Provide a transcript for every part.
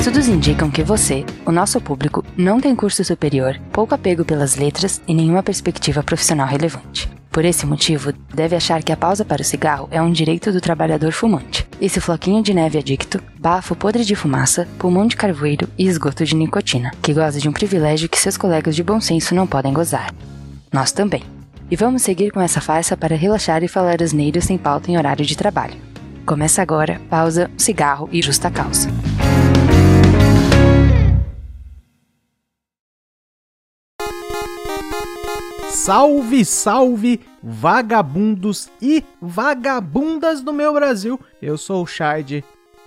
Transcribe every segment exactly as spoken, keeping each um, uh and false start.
Estudos indicam que você, o nosso público, não tem curso superior, pouco apego pelas letras e nenhuma perspectiva profissional relevante. Por esse motivo, deve achar que a pausa para o cigarro é um direito do trabalhador fumante. Esse floquinho de neve adicto, bafo podre de fumaça, pulmão de carvoeiro e esgoto de nicotina, que goza de um privilégio que seus colegas de bom senso não podem gozar. Nós também. E vamos seguir com essa farsa para relaxar e falar asneiros sem pauta em horário de trabalho. Começa agora, pausa, cigarro e justa causa. Salve, salve, vagabundos e vagabundas do meu Brasil. Eu sou o Shard,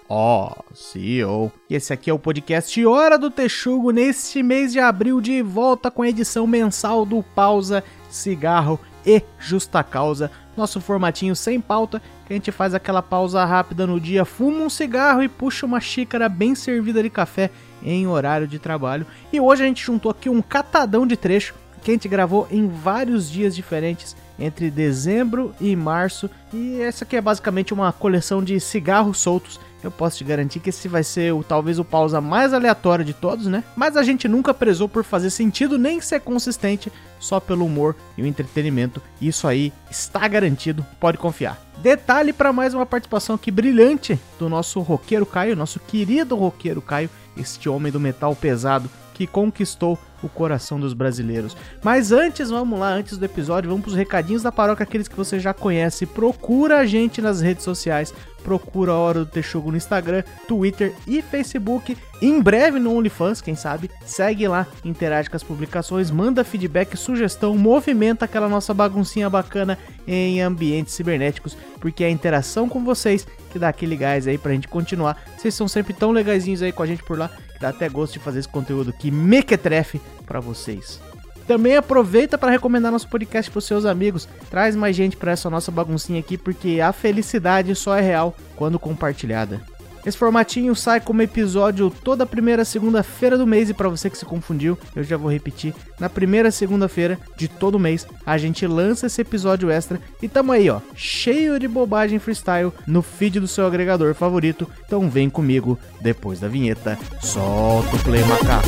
ó, C E O. E esse aqui é o podcast Hora do Texugo, neste mês de abril, de volta com a edição mensal do Pausa, Cigarro e Justa Causa. Nosso formatinho sem pauta, que a gente faz aquela pausa rápida no dia, fuma um cigarro e puxa uma xícara bem servida de café em horário de trabalho. E hoje a gente juntou aqui um catadão de trecho que a gente gravou em vários dias diferentes, entre dezembro e março, e essa aqui é basicamente uma coleção de cigarros soltos. Eu posso te garantir que esse vai ser o, talvez o pausa mais aleatório de todos, né? Mas a gente nunca prezou por fazer sentido nem ser consistente, só pelo humor e o entretenimento. Isso aí está garantido, pode confiar. Detalhe para mais uma participação aqui brilhante do nosso roqueiro Caio, nosso querido roqueiro Caio, este homem do metal pesado que conquistou o coração dos brasileiros. Mas antes, vamos lá, antes do episódio, vamos pros recadinhos da paróquia, aqueles que você já conhece. Procura a gente nas redes sociais, procura a Hora do Texugo no Instagram, Twitter e Facebook. Em breve no OnlyFans, quem sabe. Segue lá, interage com as publicações, manda feedback, sugestão, movimenta aquela nossa baguncinha bacana em ambientes cibernéticos, porque é a interação com vocês que dá aquele gás aí pra gente continuar. Vocês são sempre tão legaisinhos aí com a gente por lá, que dá até gosto de fazer esse conteúdo aqui mequetrefe pra vocês. Também aproveita para recomendar nosso podcast pros seus amigos. Traz mais gente pra essa nossa baguncinha aqui, porque a felicidade só é real quando compartilhada. Esse formatinho sai como episódio toda primeira segunda-feira do mês, e pra você que se confundiu, eu já vou repetir, na primeira segunda-feira de todo mês a gente lança esse episódio extra e tamo aí, ó, cheio de bobagem freestyle no feed do seu agregador favorito. Então vem comigo, depois da vinheta, solta o play, macaco.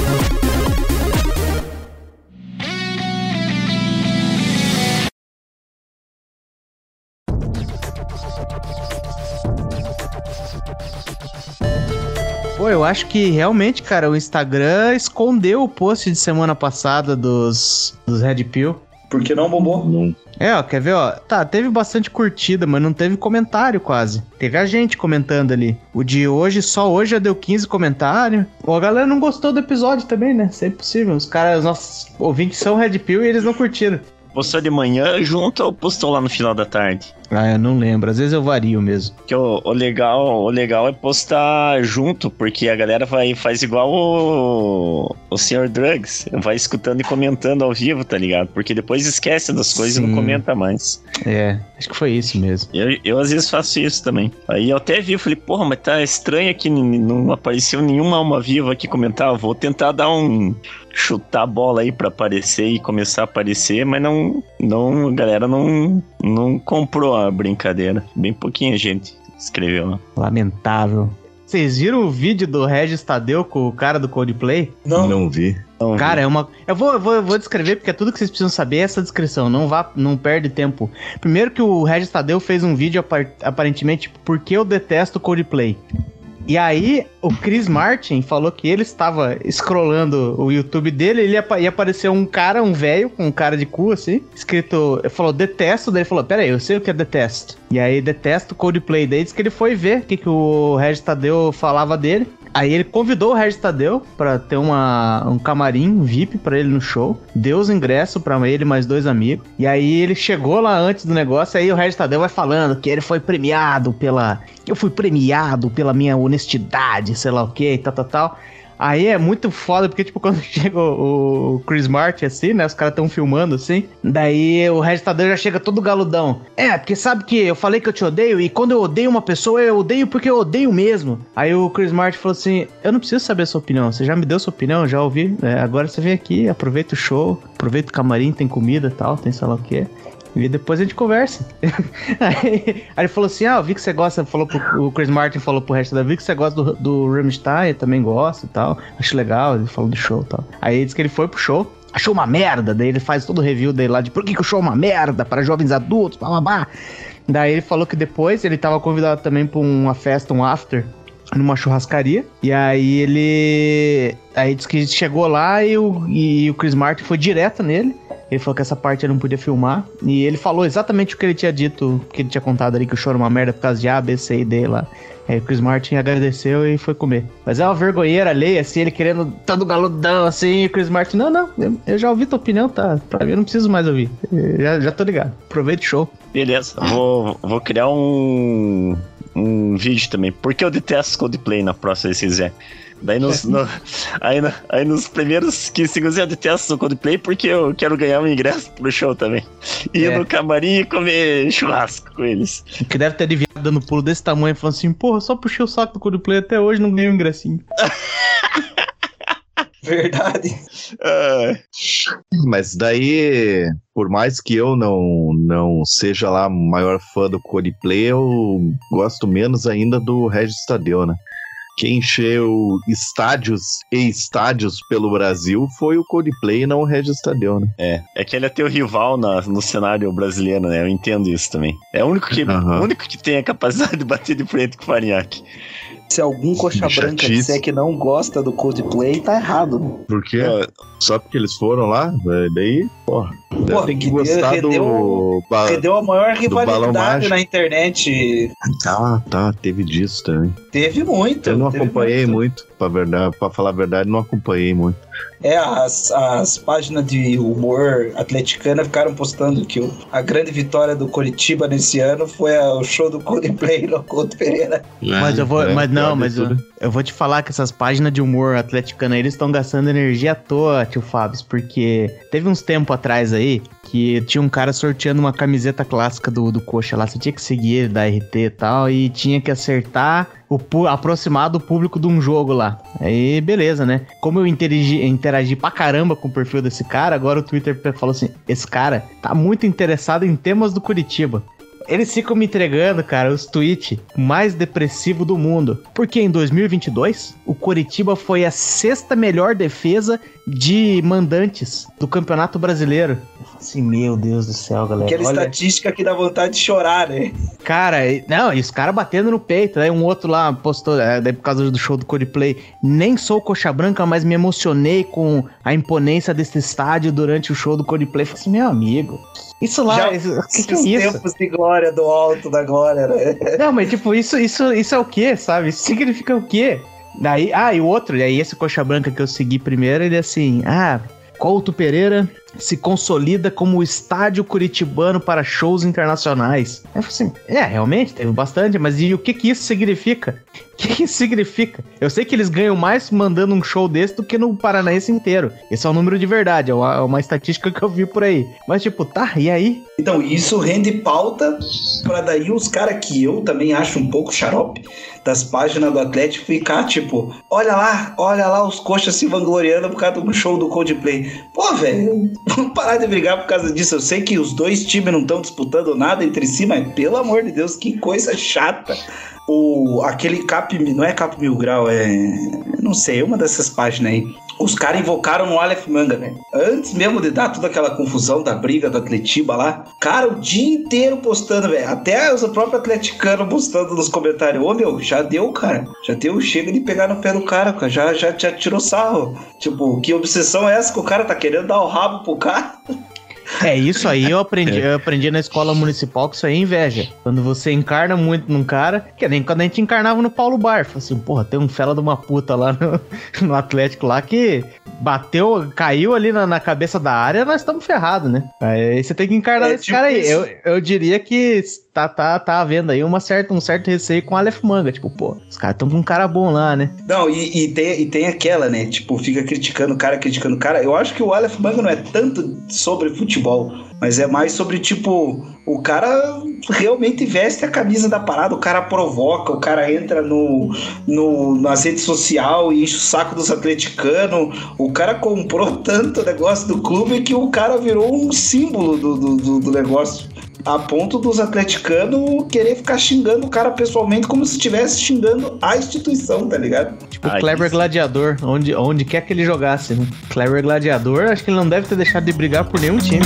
Pô, eu acho que realmente, cara, o Instagram escondeu o post de semana passada dos, dos Red Pill. Por que não bombou? Não. É, ó, quer ver, ó? Tá, teve bastante curtida, mas não teve comentário quase. Teve a gente comentando ali. O de hoje, só hoje já deu quinze comentários. Pô, a galera não gostou do episódio também, né? Sempre possível. Os caras, os nossos ouvintes são Red Pill e eles não curtiram. Postou de manhã junto ou postou lá no final da tarde? Ah, eu não lembro. Às vezes eu vario mesmo. Que o, o, legal, o legal é postar junto, porque a galera vai, faz igual o, o senhor Drugs. Vai escutando e comentando ao vivo, tá ligado? Porque depois esquece das coisas Sim. e não comenta mais. É, acho que foi isso mesmo. Eu, eu às vezes faço isso também. Aí eu até vi, falei, porra, mas tá estranho que não apareceu nenhuma alma viva aqui comentar. Vou tentar dar um... chutar a bola aí pra aparecer e começar a aparecer, mas não, não, a galera não, não comprou a brincadeira. Bem pouquinha gente escreveu lá. Lamentável. Vocês viram o vídeo do Regis Tadeu com o cara do Coldplay? Não. Não vi. Não cara, vi. é uma... Eu vou, eu, vou, eu vou descrever, porque é tudo que vocês precisam saber é essa descrição. Não vá, não perde tempo. Primeiro que o Regis Tadeu fez um vídeo aparentemente porque eu detesto Coldplay. E aí, o Chris Martin falou que ele estava scrollando o YouTube dele, ele ia, ia aparecer um cara, um velho, com um cara de cu, assim, escrito, ele falou, detesto, daí ele falou, pera aí, eu sei o que é detesto. E aí, detesto Coldplay, daí disse que ele foi ver o que, que o Regis Tadeu falava dele. Aí ele convidou o Regis Tadeu pra ter uma, um camarim V I P pra ele no show. Deu os ingressos pra ele e mais dois amigos. E aí ele chegou lá antes do negócio. Aí o Regis Tadeu vai falando que ele foi premiado pela... Eu fui premiado pela minha honestidade, sei lá o que, tal, tal, tal. Aí é muito foda, porque, tipo, quando chega o, o Chris Martin, assim, né, os caras tão filmando, assim, daí o Regis Tadeu já chega todo galudão. É, porque sabe que eu falei que eu te odeio, e quando eu odeio uma pessoa, eu odeio porque eu odeio mesmo. Aí o Chris Martin falou assim, eu não preciso saber a sua opinião, você já me deu sua opinião, já ouvi, é, agora você vem aqui, aproveita o show, aproveita o camarim, tem comida e tal, tem sei lá o quê. E depois a gente conversa. aí, aí ele falou assim, ah, eu vi que você gosta, falou pro, o Chris Martin falou pro resto da vida que você gosta do, do Rammstein, eu também gosto e tal, acho legal, ele falou do show e tal. Aí ele disse que ele foi pro show, achou uma merda, daí ele faz todo o review dele lá de por que, que o show é uma merda para jovens adultos, blá blá blá. Daí ele falou que depois ele tava convidado também pra uma festa, um after, numa churrascaria, e aí ele aí disse que chegou lá e o, e o Chris Martin foi direto nele. Ele falou que essa parte ele não podia filmar. E ele falou exatamente o que ele tinha dito, que ele tinha contado ali, que o show era uma merda por causa de A, B, C e D lá. Aí o Chris Martin agradeceu e foi comer. Mas é uma vergonheira alheia, assim, ele querendo todo galudão, assim, e o Chris Martin, não, não, eu, eu já ouvi tua opinião, tá? Pra mim eu não preciso mais ouvir. Eu já, já tô ligado. Aproveita o show. Beleza, vou, vou criar um, um vídeo também. Porque eu detesto Coldplay na próxima, se quiser. Daí nos, no, aí, no, aí nos primeiros quinze segundos eu detesto o Coldplay porque eu quero ganhar um ingresso pro show também. Ir é. no camarim e comer churrasco com eles. Que deve ter adivinhado dando pulo desse tamanho, falando assim, porra, só puxei o saco do Coldplay até hoje não ganhei um ingressinho. Verdade. Uh, mas daí, por mais que eu não, não seja lá o maior fã do Coldplay, eu gosto menos ainda do Regis Tadeu, né? Quem encheu estádios e estádios pelo Brasil foi o Coldplay e não o Regis Tadeu, né? É, é que ele é teu rival na, no cenário brasileiro, né? Eu entendo isso também. É o único que, uhum. o único que tem a capacidade de bater de frente com o Farinhaque. Se algum coxa branca disser que não gosta do Coldplay, tá errado. Né? Por quê? É. Só porque eles foram lá? Daí, porra. Pô, tem que, que gostar rendeu, do... Ba... Rendeu a maior rivalidade na internet. Tá, tá. Teve disso também. Teve muito. Eu não teve acompanhei muito, muito pra, verdade, pra falar a verdade, não acompanhei muito. É, as, as páginas de humor atleticana ficaram postando que o, a grande vitória do Coritiba nesse ano foi a, o show do Coldplay no Couto Pereira. Mas eu vou, é, mas não, mas eu, eu vou te falar que essas páginas de humor atleticana aí, eles estão gastando energia à toa, tio Fábio, porque teve uns tempos atrás aí que tinha um cara sorteando uma camiseta clássica do, do Coxa lá, você tinha que seguir ele da R T e tal, e tinha que acertar, o, aproximar do público de um jogo lá. Aí, beleza, né? Como eu interagi, interagi pra caramba com o perfil desse cara, agora o Twitter falou assim, esse cara tá muito interessado em temas do Curitiba. Eles ficam me entregando, cara, os tweets mais depressivos do mundo. Porque em dois mil e vinte e dois, o Coritiba foi a sexta melhor defesa de mandantes do Campeonato Brasileiro. Assim, meu Deus do céu, galera. Aquela olha... estatística que dá vontade de chorar, né? Cara, não, e os caras batendo no peito. Aí um outro lá postou, daí por causa do show do Coldplay, nem sou coxa branca, mas me emocionei com a imponência desse estádio durante o show do Coldplay. Falei assim, meu amigo... Isso lá, já, isso, o que, que é os isso? Tempos de glória do alto da glória, né? Não, mas tipo, isso, isso, isso é o quê, sabe? Isso significa o quê? Daí, ah, e o outro, e aí esse coxa branca que eu segui primeiro, ele é assim, ah, Couto Pereira se consolida como o estádio curitibano para shows internacionais. Eu falei assim, é, realmente, teve bastante, mas e o que que isso significa? O que que isso significa? Eu sei que eles ganham mais mandando um show desse do que no Paranaense inteiro. Esse é um número de verdade, é uma, uma estatística que eu vi por aí. Mas tipo, tá, e aí? Então, isso rende pauta pra daí os caras que eu também acho um pouco xarope das páginas do Atlético ficar tipo, olha lá, olha lá os coxas se vangloriando por causa do show do Coldplay. Pô, velho, vamos parar de brigar por causa disso. Eu sei que os dois times não estão disputando nada entre si, mas pelo amor de Deus, que coisa chata. O, aquele Cap, não é Cap Mil Grau, é, não sei, uma dessas páginas aí. Os caras invocaram no Aleph Manga, né? Antes mesmo de dar toda aquela confusão da briga do Atletiba lá, cara, o dia inteiro postando, velho. Até os próprios atleticanos postando nos comentários. Ô, meu, já deu, cara. Já deu, chega de pegar no pé do cara, cara. Já, já, já tirou sarro. Tipo, que obsessão é essa que o cara tá querendo dar o rabo pro cara? É, isso aí eu aprendi, eu aprendi na escola municipal que isso aí é inveja. Quando você encarna muito num cara, que nem quando a gente encarnava no Paulo Bar. Falei assim, porra, tem um fela de uma puta lá no, no Atlético lá que bateu, caiu ali na, na cabeça da área, nós estamos ferrados, né? Aí você tem que encarnar é, esse tipo cara aí. Eu, eu diria que tá, tá, tá havendo aí uma certa, um certo receio com o Aleph Manga. Tipo, pô, os caras estão com um cara bom lá, né? Não, e, e, tem, e tem aquela, né? Tipo, fica criticando o cara, criticando o cara. Eu acho que o Aleph Manga não é tanto sobre futebol. Mas é mais sobre, tipo, o cara realmente veste a camisa da parada, o cara provoca, o cara entra no, no, nas redes sociais e enche o saco dos atleticanos. O cara comprou tanto negócio do clube que o cara virou um símbolo do, do, do, do negócio. A ponto dos atleticanos querer ficar xingando o cara pessoalmente como se estivesse xingando a instituição, tá ligado? Tipo o Kleber Gladiador, onde, onde quer que ele jogasse, né? Kleber Gladiador, acho que ele não deve ter deixado de brigar por nenhum time.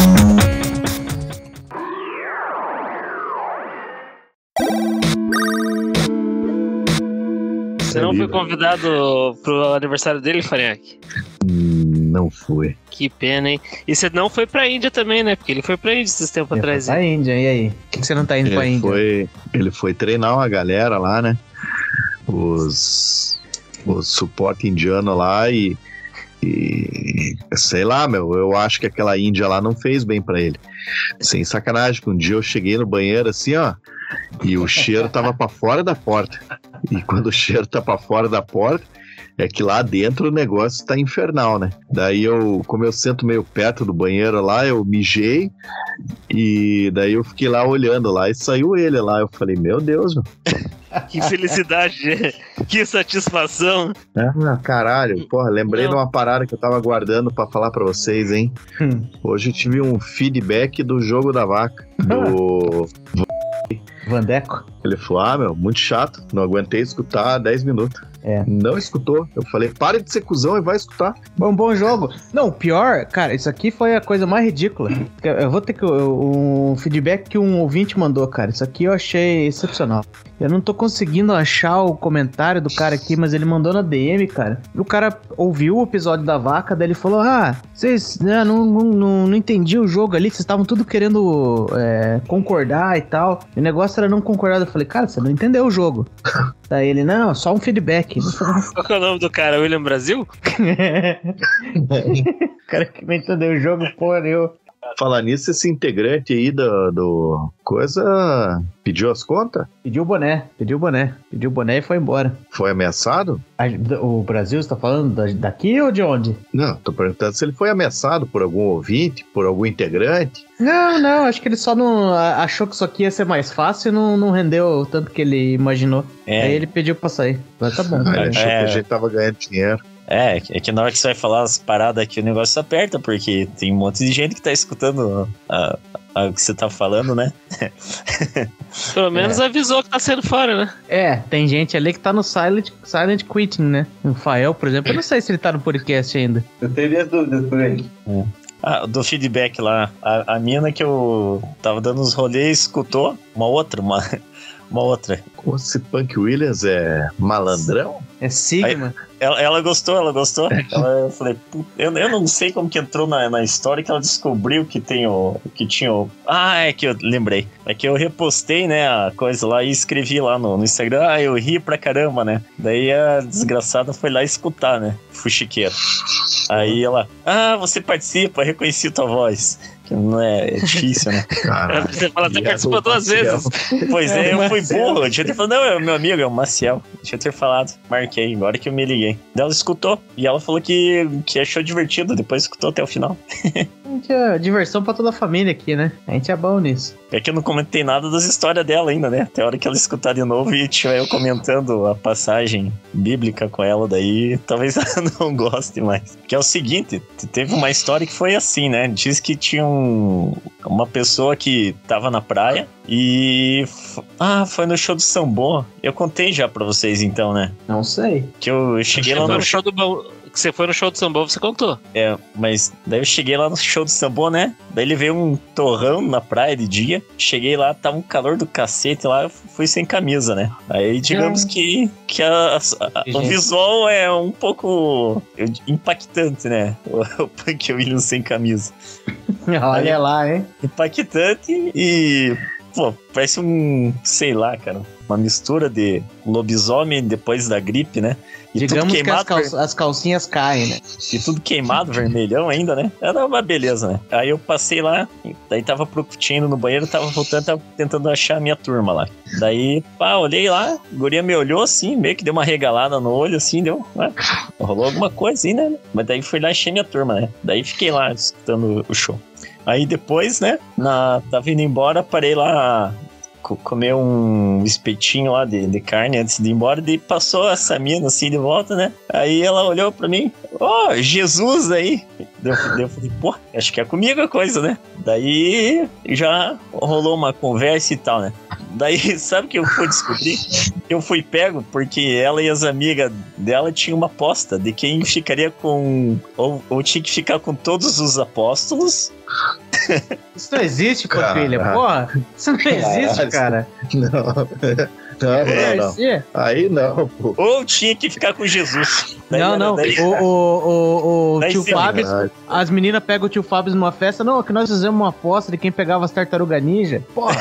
Você não foi convidado pro aniversário dele, Farinhaque? Não foi. Que pena, hein? E você não foi pra Índia também, né? Porque ele foi pra Índia esses tempos Ele atrás. foi pra Índia, e aí? Por que, que você não tá indo Ele pra Índia? foi, ele foi treinar uma galera lá, né? Os, os suporte indiano lá e, e sei lá, meu, eu acho que aquela Índia lá não fez bem pra ele. Sem sacanagem, que um dia eu cheguei no banheiro assim, ó, e o cheiro tava pra fora da porta. E quando o cheiro tá pra fora da porta, é que lá dentro o negócio tá infernal, né? Daí eu, como eu sento meio perto do banheiro lá, eu mijei e daí eu fiquei lá olhando lá e saiu ele lá. Eu falei, meu Deus, meu. Que felicidade, que satisfação. É, ah, caralho, porra, lembrei Não. de uma parada que eu tava guardando pra falar pra vocês, hein? Hum. Hoje eu tive um feedback do jogo da vaca, do... Vandeco? Ele falou, ah, meu, muito chato, não aguentei escutar dez minutos. É. Não escutou. Eu falei, pare de ser cuzão e vai escutar. Bom, bom jogo. Não, o pior, cara, isso aqui foi a coisa mais ridícula. Eu vou ter que... Um feedback que um ouvinte mandou, cara. Isso aqui eu achei excepcional. Eu não tô conseguindo achar o comentário do cara aqui, mas ele mandou na D M, cara. O cara ouviu o episódio da vaca, daí ele falou, ah, vocês né, não, não, não, não entendi o jogo ali, vocês estavam tudo querendo é, concordar e tal. E o negócio era não concordar. Eu falei, cara, você não entendeu o jogo. Daí ele, não, só um feedback. Qual que é o nome do cara? William Brasil? O cara que não entendeu o jogo, porra, eu... Falar nisso, esse integrante aí do, do coisa pediu as contas? Pediu o boné, pediu o boné. Pediu o boné e foi embora. Foi ameaçado? A- O Brasil, você tá falando da- daqui ou de onde? Não, tô perguntando se ele foi ameaçado por algum ouvinte, por algum integrante. Não, não, acho que ele só não a- achou que isso aqui ia ser mais fácil e não, não rendeu o tanto que ele imaginou. É. Aí ele pediu pra sair. Mas tá bom. Ah, ele cara. achou É. que a gente tava ganhando dinheiro. É, é que na hora que você vai falar as paradas aqui, o negócio aperta, porque tem um monte de gente que tá escutando a, a, o que você tá falando, né? Pelo menos avisou que tá saindo fora, né? É, tem gente ali que tá no silent, silent quitting, né? O Fael, por exemplo, eu não sei se ele tá no podcast ainda. Eu tenho minhas dúvidas por aí. Ah, do feedback lá, a, a mina que eu tava dando uns rolês escutou, uma outra, uma, uma outra. Como se Punk Williams é malandrão? É Sigma. Ela, ela gostou, ela gostou. Ela, eu falei, "Puta, eu, eu não sei como que entrou na, na história que ela descobriu que tem o. Que tinha o. Ah, é que eu lembrei. É que eu repostei, né, a coisa lá e escrevi lá no, no Instagram. Ah, eu ri pra caramba, né? Daí a desgraçada foi lá escutar, né? Fuxiqueira. Aí ela, ah, você participa, reconheci tua voz. Que não é, é difícil, né? Caralho. Você fala, você E participou a do duas Maciel. vezes. Pois é, É, eu fui Marcelo. burro. Eu tinha ter falado, não, é o meu amigo, é o Maciel. Deixa eu ter falado. Marquei, agora que eu me liguei. Daí ela escutou. E ela falou que, que achou divertido, depois escutou até o final. A gente é diversão pra toda a família aqui, né? A gente é bom nisso. É que eu não comentei nada das histórias dela ainda, né? Até a hora que ela escutar de novo e tiver eu comentando a passagem bíblica com ela, daí talvez ela não goste mais. Que é o seguinte, teve uma história que foi assim, né? Diz que tinha um, uma pessoa que tava na praia e... f- Ah, foi no show do Sambô. Eu contei já pra vocês então, né? Não sei. Que eu cheguei lá Você foi no no show do Bom- que você foi no show do Sambô, você contou. É, mas daí eu cheguei lá no show do Sambô, né? Daí ele veio um torrão na praia de dia. Cheguei lá, tava um calor do cacete lá, eu fui sem camisa, né? Aí digamos que, que a- a- a- o visual é um pouco impactante, né? O, o Punk Williams sem camisa. Olha Aí- lá, hein? Impactante e... Pô, parece um... Sei lá, cara. Uma mistura de lobisomem depois da gripe, né? E Digamos tudo que as, queimado... cal- as calcinhas caem, né? E tudo queimado, vermelhão ainda, né? Era uma beleza, né? Aí eu passei lá, daí tava procurando no banheiro, tava voltando, tava tentando achar a minha turma lá. Daí, pá, olhei lá, a guria me olhou assim, meio que deu uma regalada no olho, assim, deu... Ué, rolou alguma coisa assim, né? Mas daí fui lá e achei minha turma, né? Daí fiquei lá, escutando o show. Aí depois, né, na, tava indo embora, parei lá co- comer um espetinho lá de, de carne antes de ir embora, e passou essa mina assim de volta, né? Aí ela olhou pra mim, ó, oh, Jesus aí. Daí eu, daí eu falei, pô, acho que é comigo a coisa, né? Daí já rolou uma conversa e tal, né? Daí, sabe o que eu fui descobrir? Eu fui pego porque ela e as amigas dela tinham uma aposta de quem ficaria com... Ou, ou tinha que ficar com todos os apóstolos. Isso não existe, Cara. filha. Porra, isso não existe, cara. Não. Não, É, não, não. sim. Aí não, pô. Ou tinha que ficar com Jesus. Daí Não, era- não. daí- O, o, o, o Daí tio sim. Fábio, Verdade. as meninas pegam o tio Fábio numa festa. Não, é que nós fizemos uma aposta de quem pegava as tartarugas ninja. Porra.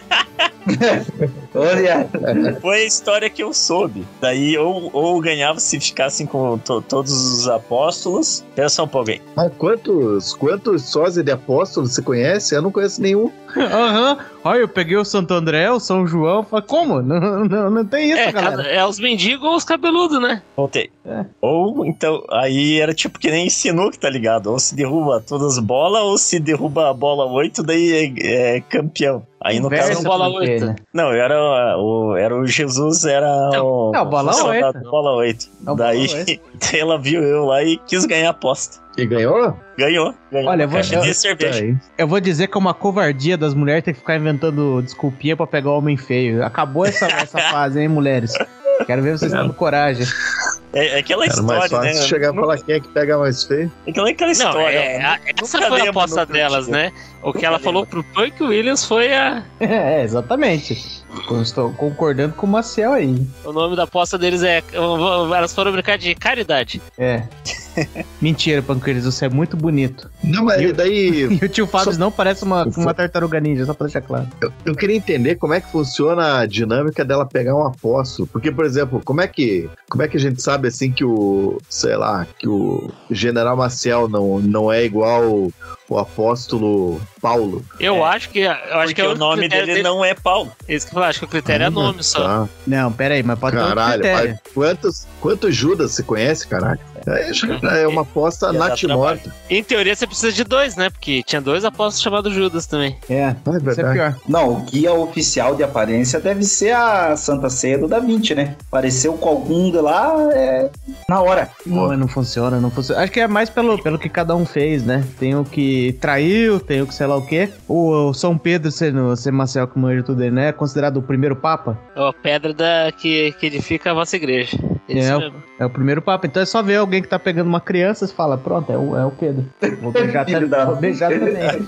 Olha, Foi a história que eu soube. Daí ou, ou ganhava se ficassem com to- todos os apóstolos. Espera só um pouco aí. Mas quantos, quantos sósias de apóstolos você conhece? Eu não conheço nenhum. Aham. Olha, eu peguei o Santo André, o São João. Falei, como? Não, não, não tem isso, É, galera. cada- é os mendigos ou os cabeludos, né? Voltei. É. Ou então, aí era tipo que nem sinuca, tá ligado? Ou se derruba todas as bolas, ou se derruba a bola oito, daí é, é campeão. Aí no Conversa caso, bola com ele. oito. não, era o, era o Jesus, era o. é o bola o soldado oito. da bola oito. É o Daí bola oito. ela viu eu lá e quis ganhar a aposta. E ganhou? Ganhou, ganhou. Olha, eu uma vou- caixa eu- de cerveja. Aí. Eu vou dizer que é uma covardia das mulheres ter que ficar inventando desculpinha pra pegar o homem feio. Acabou essa, essa fase, hein, mulheres? Quero ver vocês tendo coragem. É, é aquela Era mais história, fácil né? chegar e Nunca- falar quem é que pega mais feio. É aquela, aquela Não, história. é, né? a- Nunca essa foi a lembro aposta no delas, dia. né? O que Nunca ela lembro. falou pro Punk Williams foi a. É, exatamente. Eu estou concordando com o Maciel aí. O nome da aposta deles é. Elas foram brincar de caridade. É. Mentira, Panqueiros, você é muito bonito. Não, mas E- daí E o tio Fábio Só- não parece uma, uma tartaruga ninja, só pra deixar claro. eu queria entender como é que funciona a dinâmica dela pegar um apóstolo. Porque, por exemplo, como é que, como é que a gente sabe assim que o, sei lá, que o General Maciel não, não é igual o apóstolo Paulo? Eu É. acho que. Eu acho Porque que é o nome dele não é Paulo. Isso que eu falo, acho que o critério é nome só. Tá. Não, pera aí, mas pode ter outro Caralho, critério. mas quantos, quantos Judas você conhece, caralho? É, é uma aposta Ia dar natimorta. Em teoria você precisa de dois, né? Porque tinha dois apóstolos chamados Judas também. É, É isso é verdade. pior. não, o guia oficial de aparência deve ser a Santa Ceia do Da Vinci, né? Apareceu com algum de lá é, na hora. Não, mas não funciona, não funciona. Acho que é mais pelo, pelo que cada um fez, né? Tem o que traiu, tem o que sei lá o quê. O, o São Pedro, sendo você Marcel que manja tudo aí, né? É considerado o primeiro papa? É a pedra da, que, que edifica a vossa igreja. Isso É, mesmo. É o primeiro papa. Então é só ver alguém que tá pegando uma criança e fala, pronto, é o, é o Pedro. Vou beijar, Filho também, da- vou beijar também.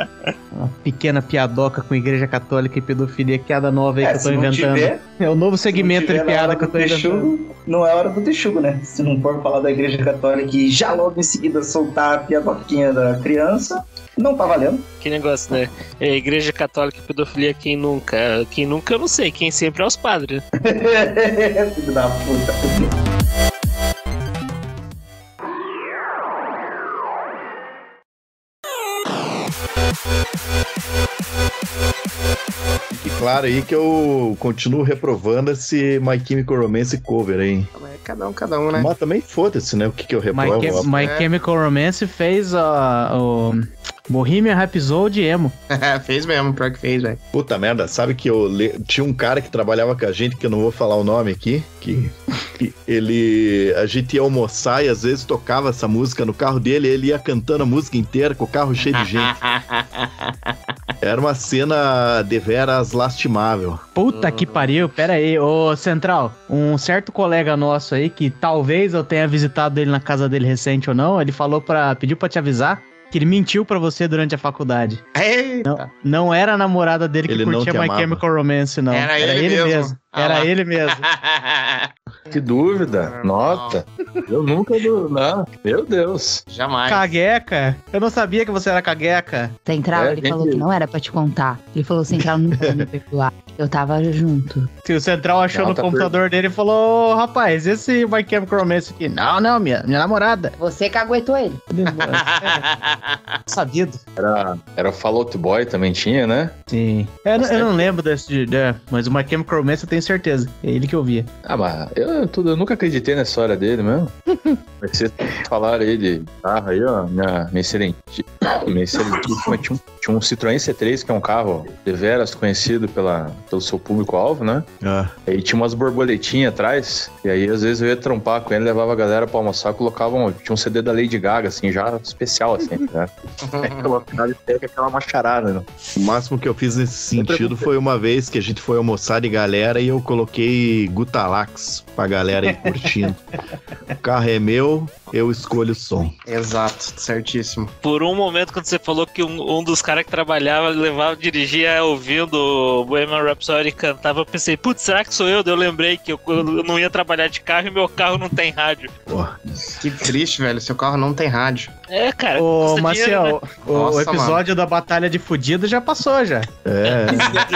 Uma pequena piadoca com igreja católica e pedofilia, piada nova aí É, que eu tô se não inventando. tiver, É o novo se não segmento tiver de na piada hora que eu do tô inventando. texugo, não é hora do texugo, né? Se não for falar da igreja católica e já logo em seguida soltar a piadoquinha da criança, não tá valendo. Que negócio, né? É, igreja católica e pedofilia, quem nunca? Quem nunca eu não sei, quem sempre é os padres. Filho da puta. E claro aí que eu continuo reprovando esse My Chemical Romance cover, hein? É cada um, cada um, né? Mas também foda-se, né? O que que eu My, reprovo? Chem- My É. Chemical Romance fez a, o Bohemian Rhapsody emo. Fez mesmo, pior que fez, velho. Puta merda, sabe que eu le... tinha um cara que trabalhava com a gente, que eu não vou falar o nome aqui, que, que ele... A gente ia almoçar e às vezes tocava essa música no carro dele e ele ia cantando a música inteira com o carro cheio de gente. Era uma cena deveras lastimável. Puta que pariu, pera aí, ô Central, um certo colega nosso aí, que talvez eu tenha visitado ele na casa dele recente ou não, ele falou pra, pediu pra te avisar que ele mentiu pra você durante a faculdade. Eita. Não, não era a namorada dele que Ele não curtia te My amava. Chemical Romance, não. Era ele mesmo. Ah Era lá. ele mesmo. Que dúvida. Nossa, eu nunca... du- Não, meu Deus. Jamais. Cagueca? Eu não sabia que você era cagueca. Central, É, ele gente- falou que não era pra te contar. Ele falou, Central, nunca vai me perdoar. Eu tava junto. Se o Central achou Não, no tá computador dele e falou, ô, rapaz, esse My Chemical Romance aqui. Não, não, minha, minha namorada. Você caguetou ele. Sabido. Era, era o Fall Out Boy, também tinha, né? Sim. Eu, não- eu não lembro desse, de, de- mas o My Chemical Romance eu tenho certeza. É ele que eu via. Ah, mas eu, eu, tudo, eu nunca acreditei na história dele mesmo. Mas vocês falaram aí de carro aí, ó. Minha, minha excelente. Minha excelentíssima tinha, um, tinha um Citroën C três, que é um carro deveras conhecido pela, pelo seu público-alvo, né? Ah, Aí tinha umas borboletinhas atrás, e aí às vezes eu ia trompar com ele, levava a galera pra almoçar, colocava um, tinha um C D da Lady Gaga, assim, já especial, assim, né? Aí colocava e pega aquela macharada, né? o máximo que eu fiz nesse sentido foi uma vez que a gente foi almoçar de galera e eu coloquei Gutalax pra galera ir curtindo. O carro é meu, eu escolho o som. Exato, certíssimo. Por um momento, quando você falou que um, um dos caras que trabalhava, levava, dirigia ouvindo o Bohemian Rhapsody e cantava, eu pensei, putz, será que sou eu? Daí eu lembrei que eu, eu não ia trabalhar de carro e meu carro não tem rádio. Porra. Que triste, velho. Seu carro não tem rádio. É, cara. Ô, custa Maciel, dinheiro, né? o, Nossa, o episódio da Batalha de Fudido já passou, já. É,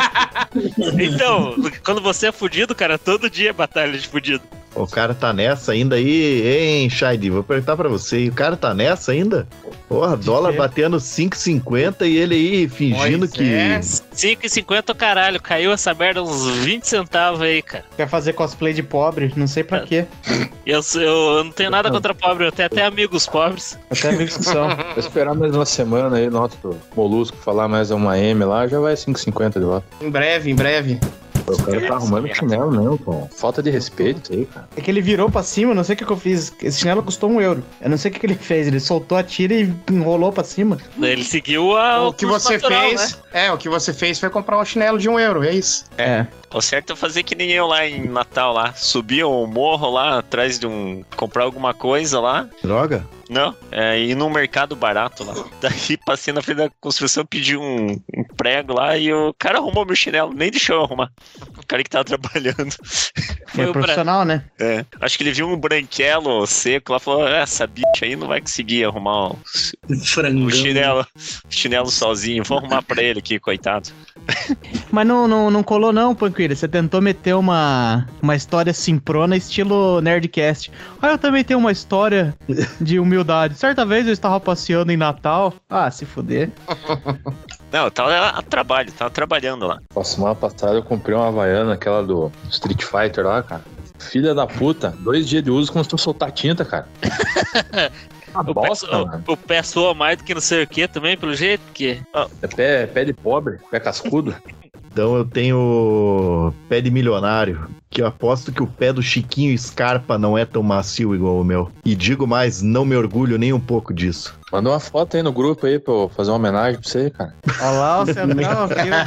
Então, quando você é fudido, cara, todo dia é batalha de fudido. o cara tá nessa ainda aí, hein, Shady? Vou perguntar pra você, o cara tá nessa ainda? Porra, dólar quê? batendo cinco e cinquenta e ele aí fingindo Pois que... é. cinco e cinquenta, caralho, caiu essa merda uns vinte centavos aí, cara. Quer fazer cosplay de pobre? Não sei pra quê. Eu, sou- eu não tenho nada contra pobre, eu tenho até amigos pobres. Até amigos que são. Vou esperar mais uma semana aí, nosso Molusco falar mais uma M lá, já vai cinco e cinquenta de volta. Em breve, em breve. Pô, o cara tá arrumando chinelo mesmo, pô. Falta de respeito isso aí, cara. É que ele virou pra cima, não sei o que, que eu fiz. Esse chinelo custou um euro. Eu não sei o que, que ele fez. Ele soltou a tira e enrolou pra cima. Ele seguiu a, O que curso você natural, fez. né? É, o que você fez foi comprar um chinelo de um euro, é isso. É. O certo é fazer que nem eu lá em Natal, lá. Subir um morro lá, atrás de um... comprar alguma coisa lá. Droga? Não, é ir num mercado barato lá. Daí passei na frente da construção, pedi um, um prego lá e o cara arrumou meu chinelo, nem deixou eu arrumar. O cara que tava trabalhando. Foi É o bra- profissional, né? É, acho que ele viu um branquelo seco lá e falou: "É, essa bicha aí não vai conseguir arrumar o, o chinelo, o chinelo sozinho, vou arrumar pra ele aqui, coitado." Mas não, não, não colou não, Panqueira. Você tentou meter uma, uma história simprona estilo Nerdcast. Ah, eu também tenho uma história de humildade. Certa vez eu estava passeando em Natal. Ah, se fuder. Não, eu tava a trabalho, tava trabalhando lá. Pô, semana passada eu comprei uma Havaiana, aquela do Street Fighter lá, cara. Filha da puta, dois dias de uso começou a soltar tinta, cara. Uma O pé, bosta, mano. o, o pé soa mais do que não sei o que também, pelo jeito, porque... É pé, pé de pobre, pé cascudo. Então eu tenho pé de milionário, que eu aposto que o pé do Chiquinho Scarpa não é tão macio igual o meu. E digo mais, não me orgulho nem um pouco disso. Manda uma foto aí no grupo aí pra eu fazer uma homenagem pra você, cara. Olha lá o Central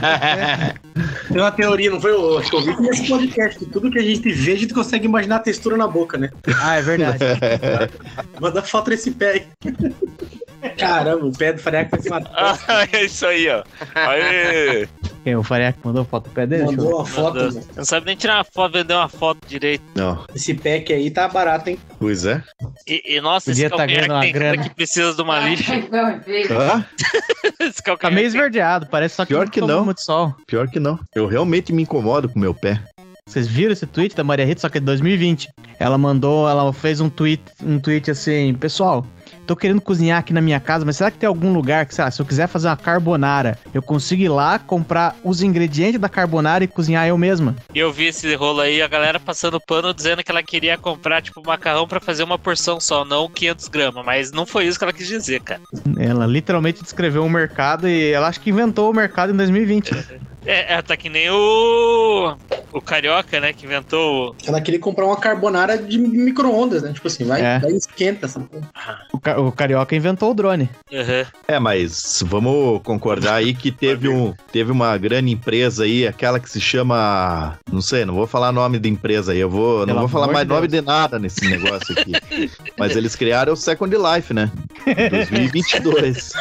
aqui. Tem uma teoria, não foi? Eu acho que eu vi nesse podcast, que tudo que a gente vê, a gente consegue imaginar a textura na boca, né? Ah, é verdade. Manda foto desse pé aí. Caramba, o pé do Fareca vai se matar. Ah, é isso aí, ó. Aí. Quem? O Fareca mandou foto do pé dele? Deixa eu Mandou ver. uma foto. Meu Deus. mano. Não sabe nem tirar uma foto, vender uma foto direito. Não, Esse pack aí tá barato, hein? pois é. E, e, nossa, Podia esse tá calcanhar ganhando uma que tem cara grana. que precisa de uma lixa. Ah, Esse Tá calcanhar meio tem- esverdeado, parece só que Pior que tomou não. muito sol. pior que não. Eu realmente me incomodo com o meu pé. Vocês viram esse tweet da Maria Rita, só que é de dois mil e vinte. Ela mandou, ela fez um tweet, um tweet assim, pessoal, tô querendo cozinhar aqui na minha casa, mas será que tem algum lugar que, sei lá, se eu quiser fazer uma carbonara, eu consigo ir lá, comprar os ingredientes da carbonara e cozinhar eu mesma? E eu vi esse rolo aí, a galera passando pano dizendo que ela queria comprar, tipo, macarrão pra fazer uma porção só, não quinhentos gramas. Mas não foi isso que ela quis dizer, cara. Ela literalmente descreveu o mercado e ela acho que inventou o mercado em dois mil e vinte. É, é tá que nem o... o Carioca, né, que inventou... Ela queria comprar uma carbonara de micro-ondas, né? Tipo assim, vai, É. vai e esquenta essa porra. O, ca- o Carioca inventou o drone. Uhum. É, mas vamos concordar aí que teve, um, teve uma grande empresa aí, aquela que se chama... Não sei, não vou falar nome da empresa aí, eu vou, não Pelo vou falar amor mais de nome de nada nesse negócio aqui. Mas eles criaram o Second Life, né? dois mil e vinte e dois.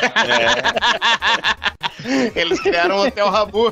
Eles criaram um hotel Rabu.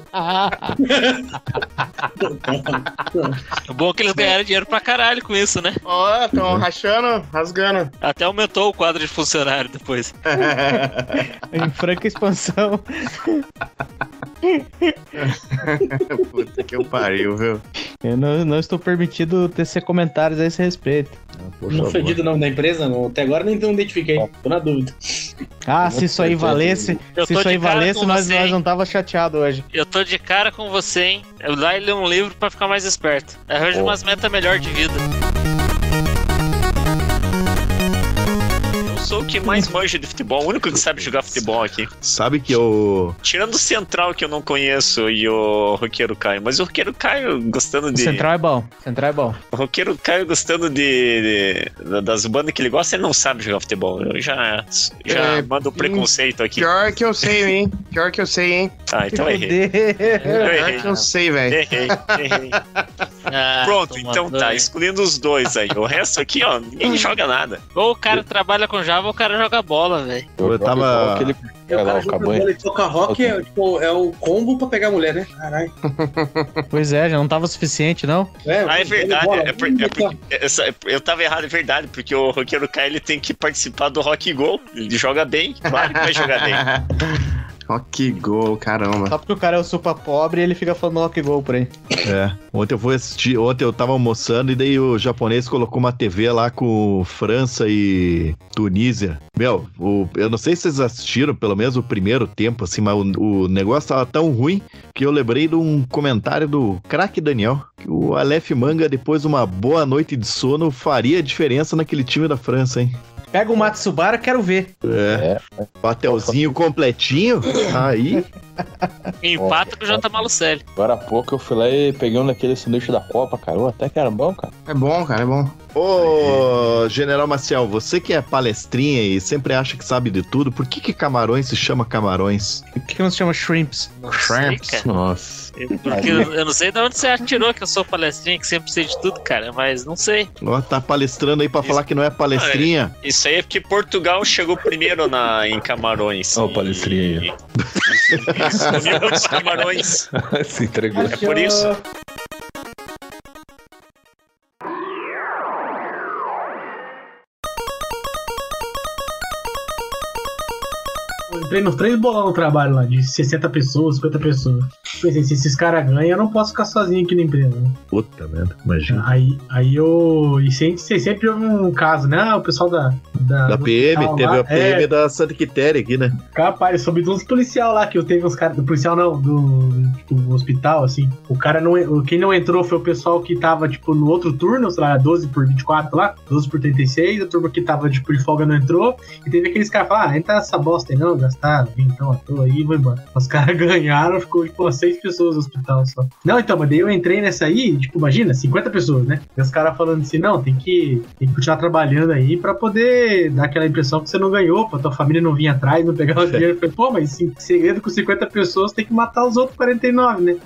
O bom é que eles ganharam dinheiro pra caralho com isso, né? Ó, tão rachando, rasgando. Até aumentou o quadro de funcionário depois. Em franca expansão. Puta que eu pariu, viu? Eu não, não estou permitido tecer comentários a esse respeito. Não fedido o nome da empresa? Não. Até agora nem não identifiquei. Tô na dúvida. Ah, se isso aí valesse, Eu se tô isso aí de cara valesse, com nós, você, nós hein? não tava chateado hoje. Eu tô de cara com você, hein? Eu lá e ler um livro pra ficar mais esperto. Arranja umas metas melhor de vida. Eu sou o que mais manja de futebol, o único que sabe jogar futebol aqui. Sabe que eu... Tirando o Central, que eu não conheço, e o Roqueiro Caio. Mas o Roqueiro Caio gostando de... Central é bom, Central é bom. O Roqueiro Caio gostando de, de das bandas que ele gosta, ele não sabe jogar futebol. Eu já, já É, mando o preconceito aqui. Pior que eu sei, hein? Pior que eu sei, hein? Ah, então eu errei. Eu Pior errei. que eu sei, velho. Errei, errei. Ah, Pronto, toma então tá, banho. escolhendo os dois aí. O resto aqui, ó, ninguém joga nada. Ou o cara trabalha com Java ou o cara joga bola, velho. Eu tava- Aquele... É, o Vai lá, cara o joga Cabanha. bola e toca rock, é, tipo, é o combo pra pegar mulher, né? Caralho. Pois é, já não tava suficiente, não? É, Ah, é verdade. bola, É por- é porque- essa- eu tava errado, é verdade, porque o Roqueiro Caio ele tem que participar do Rock Go. Ele joga bem, claro que vai jogar bem. Rock Go, caramba. Só porque o cara é o super pobre e ele fica falando rock gol por aí. É, ontem eu fui assistir, ontem eu tava almoçando e daí o japonês colocou uma T V lá com França e Tunísia. Meu, o, eu não sei se vocês assistiram, pelo menos o primeiro tempo, assim, mas o, o negócio tava tão ruim que eu lembrei de um comentário do craque Daniel, que o Aleph Manga, depois de uma boa noite de sono, faria diferença naquele time da França, hein? Pega o Matsubara, quero ver. É, patelzinho completinho, aí... Empata com o J. Malucelli. Agora há pouco eu fui lá e peguei um daqueles sanduíches da Copa, cara. Ô, até que era bom, cara. É bom, cara, é bom. Ô, General Maciel, você que é palestrinha e sempre acha que sabe de tudo, por que que Camarões se chama Camarões? O que não se chama shrimps? Não sei, cara. Nossa. Porque eu, eu não sei de onde você atirou que eu sou palestrinha, que sempre sei de tudo, cara. Mas não sei. Ó, tá palestrando aí pra falar que não é palestrinha. Isso aí é porque Portugal chegou primeiro na, em Camarões. Ó, o palestrinha aí. Isso, comeu muitos camarões. Se entregou. É por isso. Eu entrei nos três bolão no trabalho lá, de sessenta pessoas, cinquenta pessoas. Pensei, se esses caras ganham, eu não posso ficar sozinho aqui na empresa, né? Puta merda, imagina. Aí, aí eu. E sempre, sempre houve um caso, né? Ah, o pessoal da. Da, Da do P M, hospital teve lá, a P M é, da Santa Quitéria aqui, né? capaz, eu soube de uns policial lá, que eu teve uns caras. Do policial não, do tipo, hospital, assim. O cara não. Quem não entrou foi o pessoal que tava, tipo, no outro turno, sei lá, doze por vinte e quatro lá, doze por trinta e seis. A turma que tava, tipo, de folga não entrou. E teve aqueles caras que falaram, ah, entra essa bosta aí não, gastaram, então, à toa aí, vou embora. Os caras ganharam, ficou, tipo, umas seis pessoas no hospital só. Não, então, mas daí eu entrei nessa aí, tipo, imagina, cinquenta pessoas, né? E os caras falando assim, não, tem que, tem que continuar trabalhando aí pra poder dar aquela impressão que você não ganhou, pra tua família não vir atrás, não pegar o dinheiro. Eu falei, pô, mas em segredo com cinquenta pessoas tem que matar os outros quarenta e nove, né?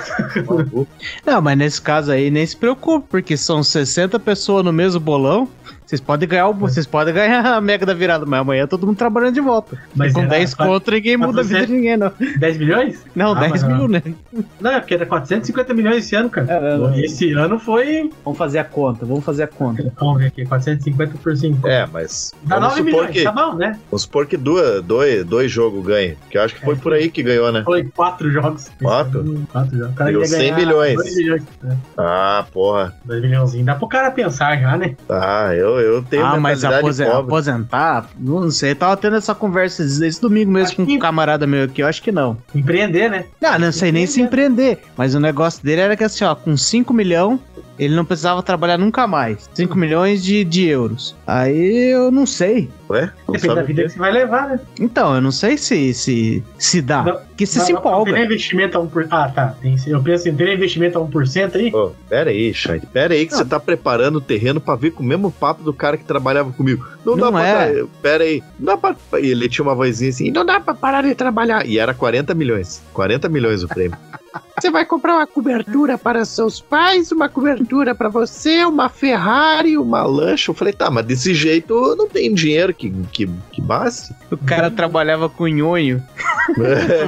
Não, mas nesse caso aí nem se preocupe, porque são sessenta pessoas no mesmo bolão. Vocês podem ganhar o, vocês podem ganhar a mega da virada, mas amanhã todo mundo trabalhando de volta. Mas com era dez quatro- contra ninguém muda a vida de ninguém, não. dez milhões? Não, Ah, dez mas mil, não. né? Não, é porque era quatrocentos e cinquenta milhões esse ano, cara. É, não. Esse ano foi. Vamos fazer a conta, vamos fazer a conta. Vamos ver aqui, quatrocentos e cinquenta por cinco. É, mas Dá vamos nove supor milhões, que, tá bom, né? vamos supor que duas, dois, dois jogos ganhem. Que eu acho que foi por aí que ganhou, né? Foi quatro jogos. Quatro? Quatro jogos. O cara Deu ia cem ganhar milhões. dois milhões. É, Ah, porra. dois milhãozinhos. Dá pro cara pensar já, né? Tá, eu, eu tenho Ah, mas mentalidade aposen- pobre. aposentar, não sei, eu tava tendo essa conversa esse domingo mesmo Acho com que- um camarada meu aqui, eu acho que não. Empreender, né? Não, não sei nem se empreender, mas o negócio dele era que assim, ó, com cinco milhões, ele não precisava trabalhar nunca mais. cinco milhões de, de euros. Aí eu não sei. Ué? Não Depende sabe da o vida quê? que você vai levar, né? Então, eu não sei se se, se dá. Não, Porque você Não, se não, Não tem empolga. nem investimento a um por cento. Ah, tá. Tem, eu penso assim, tem nem investimento a um por cento aí? Ô, pera aí, Shade. Pera aí que Não. você tá preparando o terreno pra vir com o mesmo papo do cara que trabalhava comigo. Não, Não dá pra... é. dar- Pera aí. Não dá pra... Ele tinha uma vozinha assim, não dá pra parar de trabalhar. E era quarenta milhões. quarenta milhões o prêmio. Você vai comprar uma cobertura para seus pais, uma cobertura para você, uma Ferrari, uma... Uma lancha. Eu falei, tá, mas desse jeito eu não tenho dinheiro que, que, que baste. O cara trabalhava com nhonho. É,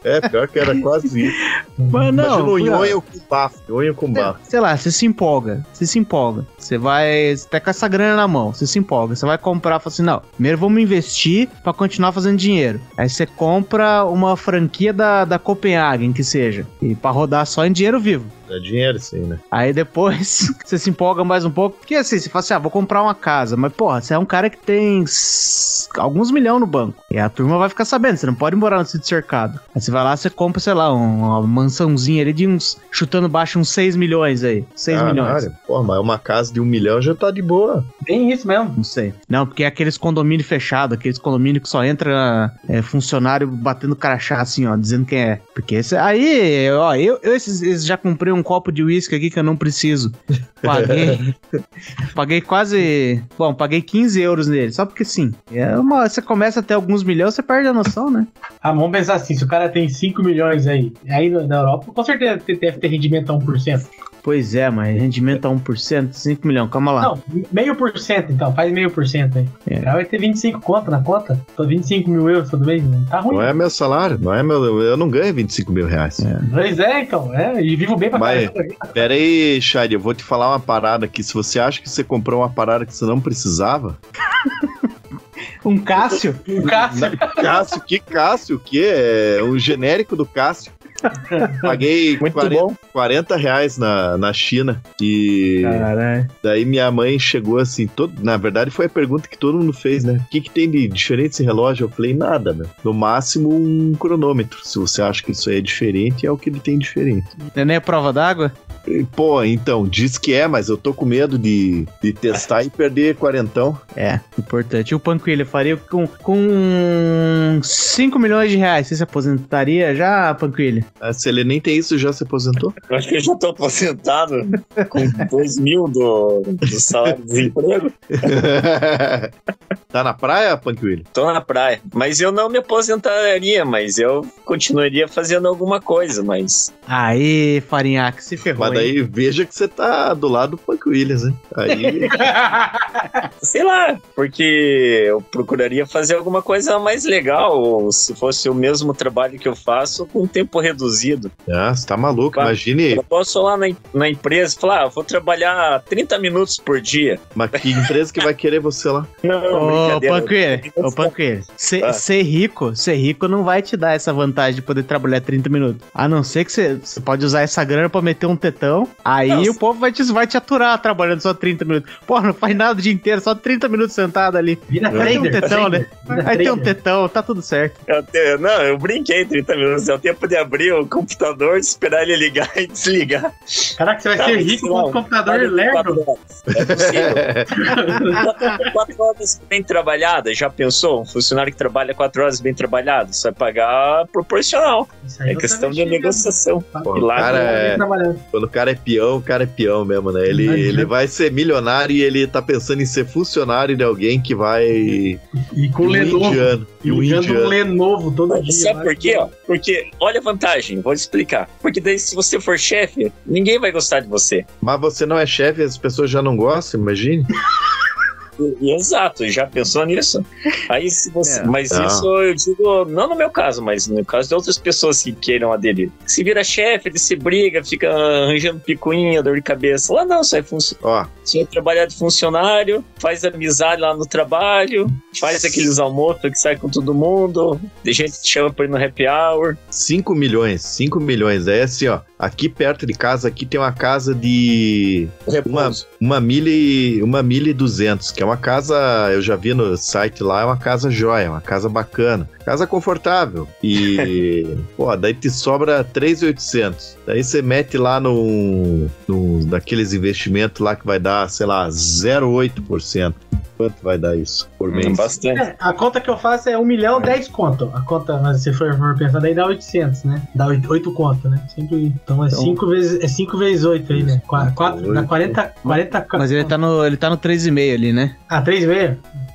É, pior que era quase isso. Mas não, Imagina o foi, ó, nhonho com bafo. Nhonho com bafo. sei lá, você se empolga, você se empolga. Você vai, você tá com essa grana na mão, você se empolga. Você vai comprar, fala assim, não, primeiro vamos investir pra continuar fazendo dinheiro. Aí você compra uma franquia da, da Copenhagen, que seja, e pra rodar só em dinheiro vivo. É dinheiro sim, né? Aí depois você se empolga mais um pouco, porque assim, você fala assim, ah, vou comprar uma casa, mas porra, você é um cara que tem s- alguns milhões no banco, e a turma vai ficar sabendo, você não pode morar no sítio cercado. Aí você vai lá, você compra, sei lá, um- uma mansãozinha ali de uns, chutando baixo uns seis milhões aí, seis milhões. Caralho, Pô, mas uma casa de um milhão já tá de boa. Bem isso mesmo. Não sei. Não, porque é aqueles condomínios fechados, aqueles condomínios que só entra é, funcionário batendo crachá assim, ó, dizendo quem é. Porque esse, aí, ó, eu, eu esses, esses já comprei um copo de uísque aqui que eu não preciso. Paguei. paguei quase. Bom, paguei quinze euros nele, só porque sim. É uma, você começa a ter alguns milhões, você perde a noção, né? Ah, vamos pensar assim, se o cara tem cinco milhões aí, aí na Europa, com certeza deve ter rendimento a um por cento. Pois é, mas rendimento a um por cento, cinco milhões, calma lá. Não, meio por cento então, faz meio por cento aí. É. O cara vai ter vinte e cinco conto na conta, tô vinte e cinco mil euros todo mês, não tá ruim. Não é meu salário, não é meu. Eu não ganho vinte e cinco mil reais. É. Pois é, então, é, e vivo bem pra Mas, caramba. pera aí, Shade, eu vou te falar uma parada aqui. Se você acha que você comprou uma parada que você não precisava. Um Cássio? Um Cássio. Cássio, que Cássio? O que? É um genérico do Cássio. Paguei Muito quarenta, bom. quarenta reais na, na China. E Caralho. daí minha mãe chegou assim, todo, na verdade foi a pergunta que todo mundo fez, né? O que, que tem de diferente esse relógio? Eu falei, nada, meu. No máximo um cronômetro. Se você acha que isso aí é diferente, é o que ele tem diferente. Não é nem a prova d'água? E, pô, então, diz que é, mas eu tô com medo de, de testar e perder quarentão. É, importante. E o Panquilha faria com, com cinco milhões de reais. Você se aposentaria já, Panquilha? Ah, se ele nem tem isso, já se aposentou? Eu acho que eu já tô aposentado com dois mil do, do salário de desemprego. Tá na praia, Panquilha? Tô na praia. Mas eu não me aposentaria, mas eu continuaria fazendo alguma coisa, mas... Aí, Farinhaque, se ferrou. Mas hein? daí veja que você tá do lado do Punk Williams, né? Aí. Sei lá, porque eu procuraria fazer alguma coisa mais legal, ou se fosse o mesmo trabalho que eu faço, com tempo reduzido. Ah, você tá maluco, imagine. Eu posso ir lá na, na empresa e falar, ah, vou trabalhar trinta minutos por dia. Mas que empresa que vai querer você lá? Não, Ô, brincadeira. Panquilha, ô, Panquilha, ser, Ah. ser rico, ser rico não vai te dar essa vantagem de poder trabalhar trinta minutos. A não ser que você, você pode usar essa grana pra meter um tetão, aí Nossa. o povo vai te, vai te aturar trabalhando só trinta minutos. Pô, não faz nada o dia inteiro, só trinta minutos sentado ali. Vira Aí tem um trader, tetão, né? vira Aí tem um trader. tetão, tá tudo certo. Eu te- não, eu brinquei trinta minutos. É o tempo de abrir o computador, esperar ele ligar e desligar. Caraca, você vai Cara, ser rico sei com lá, o computador quatro Lego. horas. É possível. quatro, quatro horas bem trabalhadas, já pensou? Um funcionário que trabalha quatro horas bem trabalhado, você vai pagar proporcional. Isso aí É você questão de vai mexer, negociação. Pô, E lá cara, é- trabalhando. Quando o cara é peão, o cara é peão mesmo, né? Ele, Não ele adianta. vai ser milionário e ele tá pensando em ser funcionário de alguém que vai. E com um o Lenovo. indiano. E E um ligando um indiano. Lenovo todo dia. Sabe vai. por quê? Ó? Porque, olha a vantagem, vou explicar. Porque daí, se você for chefe, ninguém vai gostar de você. Mas você não é chefe, as pessoas já não gostam, imagine. E- Exato, já pensou nisso? Aí se você. É. Mas Não. isso eu digo, não no meu caso, mas no caso de outras pessoas que queiram aderir. Se vira chefe, ele se briga, fica arranjando picuinha, dor de cabeça. Lá não, sai funcionário. Ó, Você vai trabalhar de funcionário, faz amizade lá no trabalho, faz aqueles almoços que sai com todo mundo, de gente que te chama pra ir no happy hour. cinco milhões, cinco milhões. É assim, ó. Aqui perto de casa, aqui tem uma casa de uma, Repouso. uma milha e uma milha e duzentos, que é uma casa, eu já vi no site lá, é uma casa joia, uma casa bacana, casa confortável. E, pô, daí te sobra três mil e oitocentos. Daí você mete lá no, no daqueles investimentos lá que vai dar, sei lá, zero vírgula oito por cento. Quanto vai dar isso por mês? Hum, bastante. É, a conta que eu faço é um milhão, dez conto. A conta, mas se for, for pensar, daí dá oitocentos, né? Dá oito conto, né? Sempre, então é Então- cinco vezes, é cinco vezes oito aí, né? quatro, dá Oito. quarenta, quarenta. Mas ele tá no, ele tá no três vírgula cinco ali, né? Ah, três vezes?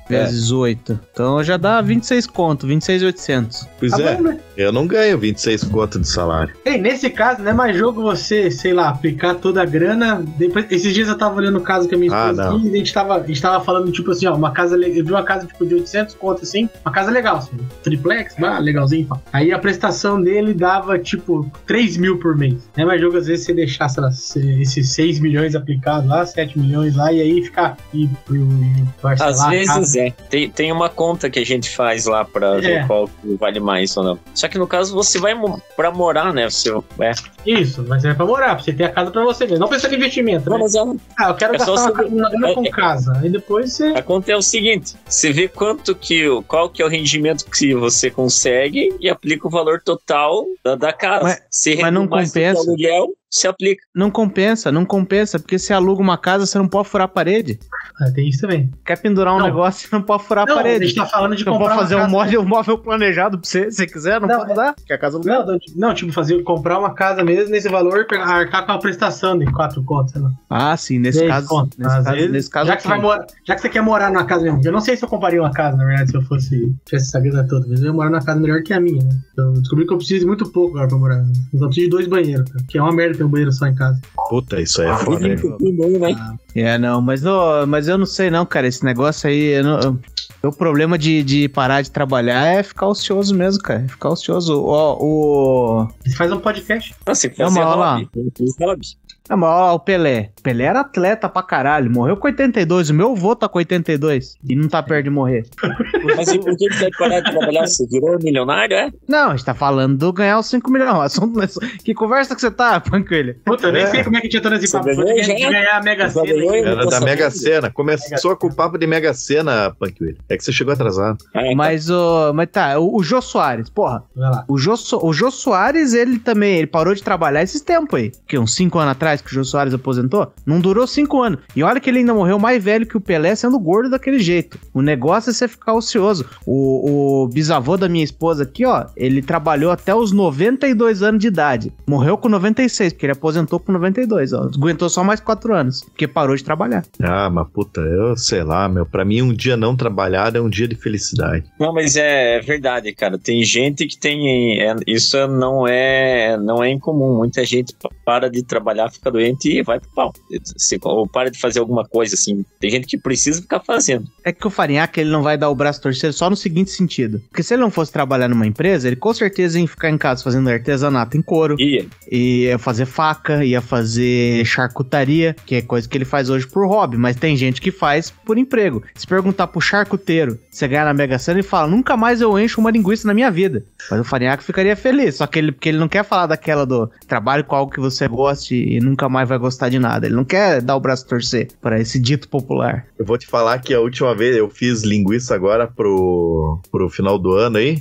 vezes oito. Então já dá vinte e seis conto, vinte e seis mil e oitocentos. Pois Tá é, bom, né? eu não ganho vinte e seis conto de salário. Ei, nesse caso, não é mais jogo você, sei lá, aplicar toda a grana. Depois, esses dias eu tava olhando o caso que a minha Ah, esposa não. quis, e a gente tava, a gente tava falando, tipo assim, ó, uma casa. le- Eu vi uma casa tipo de oitocentos conto assim, uma casa legal, assim, triplex, ah, legalzinho. Pá. Aí a prestação dele dava, tipo, três mil por mês. Não é mais jogo, às vezes, você deixar, sei lá, se- esses seis milhões aplicados lá, sete milhões lá, e aí ficar. E, e, e parcelar Às a vezes casa. é. Tem, tem uma conta que a gente faz lá pra É. ver qual que vale mais ou não. Só que no caso você vai mo- pra morar, né? Você, é. Isso, mas é pra morar, pra você ter a casa pra você mesmo. Não pensando em investimento, Não, né? mas é, Ah, eu quero é só gastar uma, você- ca- uma grana é- com é- casa. Aí depois você. a conta é o seguinte: você vê quanto que o- qual que é o rendimento que você consegue e aplica o valor total da, da casa. Mas- Se mas não rende mais do que compensa. o aluguel, se aplica. Não compensa, não compensa, porque se aluga uma casa, você não pode furar a parede. Ah, tem isso também. Quer pendurar um Não. negócio, você não pode furar Não, a a parede. gente tá falando de Não comprar pode fazer uma um casa. móvel, um móvel planejado pra você, se quiser, não, Não, pode dar, porque a casa não Não, não, não, tipo, fazer, comprar uma casa mesmo nesse valor e pegar, arcar com a prestação de quatro contos, sei lá. Ah, sim, nesse Seis caso, contos. nesse Às caso, vezes, nesse caso já, que você ok. vai morar, já que você quer morar numa casa mesmo. Eu não sei se eu compraria uma casa, na verdade, se eu fosse tivesse essa grana toda, mas eu ia morar numa casa melhor que a minha, né? Eu descobri que eu preciso de muito pouco agora pra morar. Né? Eu só preciso de dois banheiros, cara, que é uma merda ter um banheiro só em casa. Puta, isso aí é foda, hein? Né? É, não, mas, não, mas eu não sei não, cara, esse negócio aí, eu não, eu- o problema de, de parar de trabalhar é ficar ocioso mesmo, cara, é ficar ocioso. Ó, o... Você faz um podcast. Nossa, Não, mas olha lá. hobby. hobby. Não, mas ó, o Pelé. Pelé era atleta pra caralho, morreu com oitenta e dois, o meu avô tá com oitenta e dois e não tá perto de morrer. Mas e por que você vai parar de trabalhar? Você virou milionário, é? Não, a gente tá falando do ganhar os cinco milhões, o assunto não é só- Que conversa que você tá, Panquilha? Puta, eu nem sei como é que tinha todo esse Você papo. ganhou Foi de já? ganhar a Mega Você Sena. ganhou, aqui. hein? Era tô da sabendo. Mega Sena. Começou com o papo de Mega Sena, Panquilha. É que você chegou atrasado. Ah, então. Mas, o mas tá, o, o Jô Soares, porra, Vai lá. o Jô, So- o Jô Soares, ele também, ele parou de trabalhar esses tempos aí. Que uns cinco anos atrás que o Jô Soares aposentou? Não durou cinco anos. E olha que ele ainda morreu mais velho que o Pelé, sendo gordo daquele jeito. O negócio é você ficar ocioso. O, o bisavô da minha esposa aqui, ó, ele trabalhou até os noventa e dois anos de idade. Morreu com noventa e seis, porque ele aposentou com noventa e dois, ó. Aguentou só mais quatro anos, porque parou de trabalhar. Ah, mas puta, eu sei lá, meu. Pra mim, um dia não trabalhado é um dia de felicidade. Não, mas é verdade, cara. Tem gente que tem. é- isso não é, não é incomum. Muita gente pa- para de trabalhar, fica doente e vai pro pau. Se- ou para de fazer alguma coisa assim. Tem gente que precisa ficar fazendo. É que o Farinhaque, ele não vai dar o braço torcer só no seguinte sentido. Porque se ele não fosse trabalhar numa empresa, ele com certeza ia ficar em casa fazendo artesanato em couro, E ia fazer faca, ia fazer charcutaria, que é coisa que ele faz hoje por hobby, mas tem gente que faz por emprego. Se perguntar pro charcuteiro, você ganhar na Mega Sena, ele fala, nunca mais eu encho uma linguiça na minha vida. Mas o Farinhaque ficaria feliz, só que ele, porque ele não quer falar daquela do trabalho com algo que você goste e nunca mais vai gostar de nada. Ele não quer dar o braço a torcer para esse dito popular. Eu vou te falar que a última vez eu fiz linguiça agora pro, pro final do ano aí.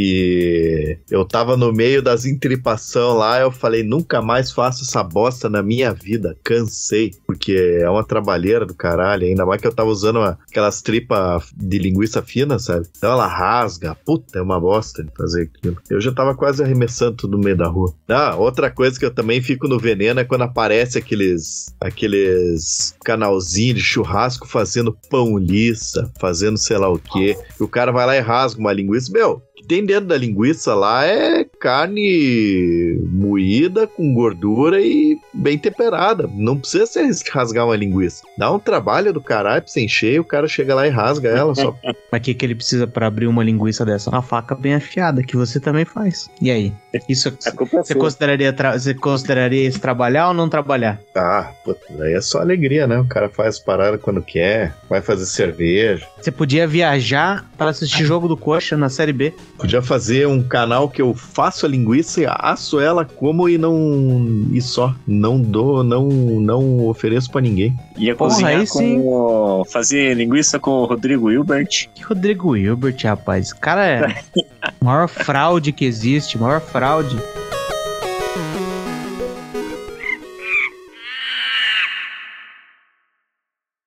E eu tava no meio das entripação lá, eu falei, nunca mais faço essa bosta na minha vida, cansei, porque é uma trabalheira do caralho, ainda mais que eu tava usando uma- aquelas tripas de linguiça fina, sabe? Então ela rasga, puta, é uma bosta de fazer aquilo. Eu já tava quase arremessando tudo no meio da rua. Ah, outra coisa que eu também fico no veneno é quando aparece aqueles, aqueles canalzinhos de churrasco fazendo pão liça, fazendo sei lá o quê, e o cara vai lá e rasga uma linguiça, meu... O que tem dentro da linguiça lá é carne moída com gordura e bem temperada. Não precisa você rasgar uma linguiça. Dá um trabalho do caralho pra você encher e o cara chega lá e rasga ela só. Mas o que, que ele precisa pra abrir uma linguiça dessa? Uma faca bem afiada, que você também faz. E aí? Isso, a culpa é você, sua. consideraria tra- você consideraria isso trabalhar ou não trabalhar? Ah, puta, daí é só alegria, né? O cara faz parada quando quer, vai fazer cerveja. Você podia viajar para assistir jogo do Coxa na Série B. Podia fazer um canal que eu faço a linguiça e asso ela, como e não... E só. Não dou, não, não ofereço pra ninguém. Ia Porra, cozinhar aí com sim. o- fazer linguiça com o Rodrigo Hilbert. Que Rodrigo Hilbert, rapaz. O cara é a maior fraude que existe, maior fraude.